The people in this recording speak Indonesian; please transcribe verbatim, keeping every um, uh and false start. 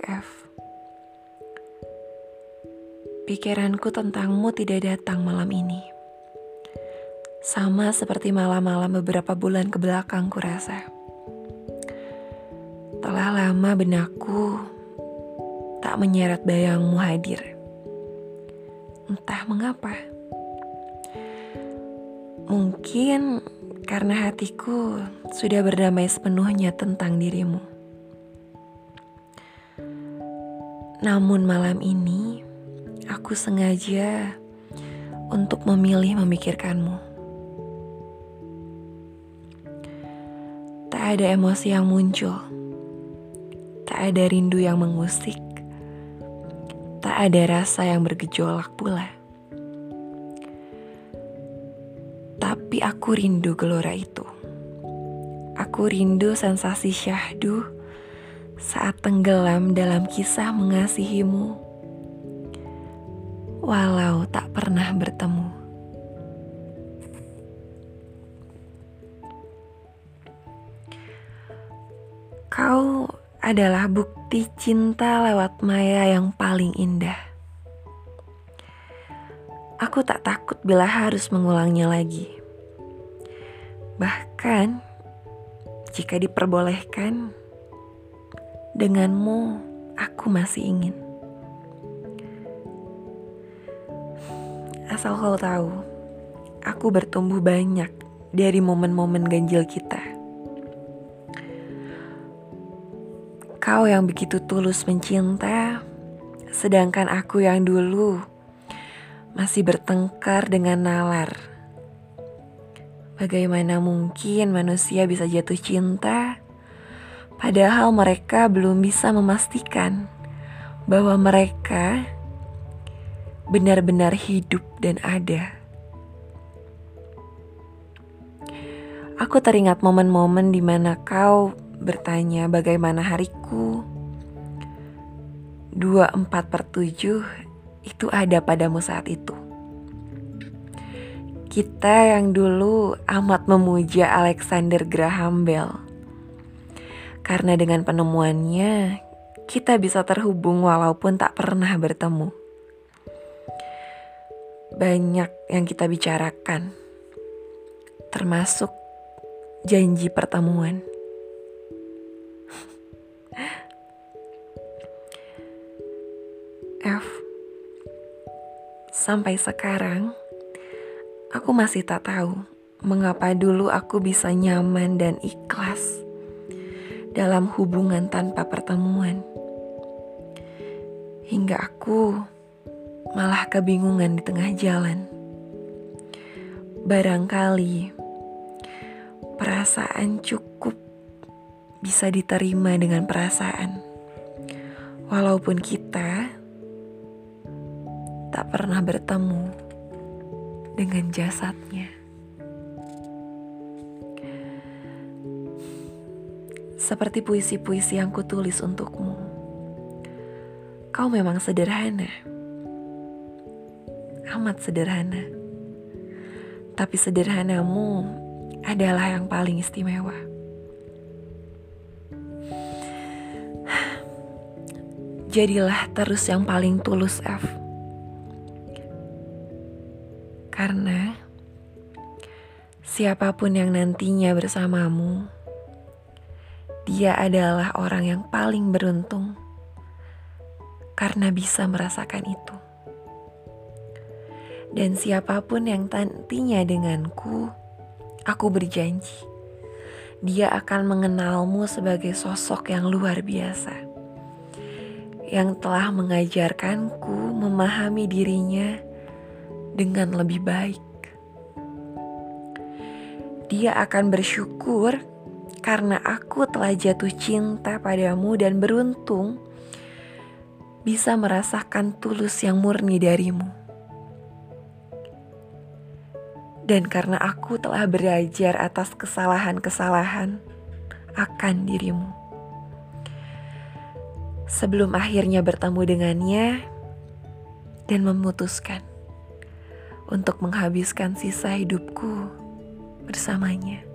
F. Pikiranku tentangmu tidak datang malam ini. Sama seperti malam-malam beberapa bulan kebelakang kurasa. Telah lama benakku tak menyeret bayangmu hadir. Entah mengapa. Mungkin karena hatiku sudah berdamai sepenuhnya tentang dirimu. Namun malam ini, aku sengaja untuk memilih memikirkanmu. Tak ada emosi yang muncul, tak ada rindu yang mengusik, tak ada rasa yang bergejolak pula. Tapi aku rindu gelora itu. Aku rindu sensasi syahdu saat tenggelam dalam kisah mengasihimu, walau tak pernah bertemu. Kau adalah bukti cinta lewat maya yang paling indah. Aku tak takut bila harus mengulangnya lagi. Bahkan, jika diperbolehkan, denganmu aku masih ingin. Asal kau tahu, aku bertumbuh banyak dari momen-momen ganjil kita. Kau yang begitu tulus mencinta, sedangkan aku yang dulu masih bertengkar dengan nalar. Bagaimana mungkin manusia bisa jatuh cinta padahal mereka belum bisa memastikan bahwa mereka benar-benar hidup dan ada. Aku teringat momen-momen di mana kau bertanya bagaimana hariku. dua puluh empat per tujuh itu ada padamu saat itu. Kita yang dulu amat memuja Alexander Graham Bell. Karena dengan penemuannya, kita bisa terhubung walaupun tak pernah bertemu. Banyak yang kita bicarakan, termasuk janji pertemuan. F. Sampai sekarang, aku masih tak tahu mengapa dulu aku bisa nyaman dan ikhlas dalam hubungan tanpa pertemuan. Hingga aku malah kebingungan di tengah jalan. Barangkali perasaan cukup bisa diterima dengan perasaan. Walaupun kita tak pernah bertemu dengan jasadnya. Seperti puisi-puisi yang kutulis untukmu. Kau memang sederhana. Amat sederhana. Tapi sederhanamu adalah yang paling istimewa. Jadilah terus yang paling tulus, F. Karena siapapun yang nantinya bersamamu, dia adalah orang yang paling beruntung karena bisa merasakan itu. Dan siapapun yang nantinya denganku, aku berjanji, dia akan mengenalmu sebagai sosok yang luar biasa, yang telah mengajarkanku memahami dirinya dengan lebih baik. Dia akan bersyukur karena aku telah jatuh cinta padamu dan beruntung bisa merasakan tulus yang murni darimu. Dan karena aku telah belajar atas kesalahan-kesalahan akan dirimu. Sebelum akhirnya bertemu dengannya dan memutuskan untuk menghabiskan sisa hidupku bersamanya.